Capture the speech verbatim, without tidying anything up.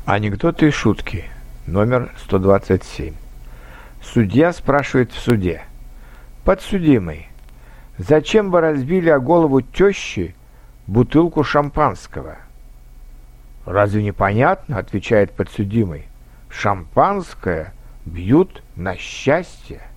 Анекдоты и шутки. Номер сто двадцать семь. Судья спрашивает в суде: «Подсудимый, зачем вы разбили о голову тещи бутылку шампанского?» «Разве не понятно?» — отвечает подсудимый. «Шампанское бьют на счастье».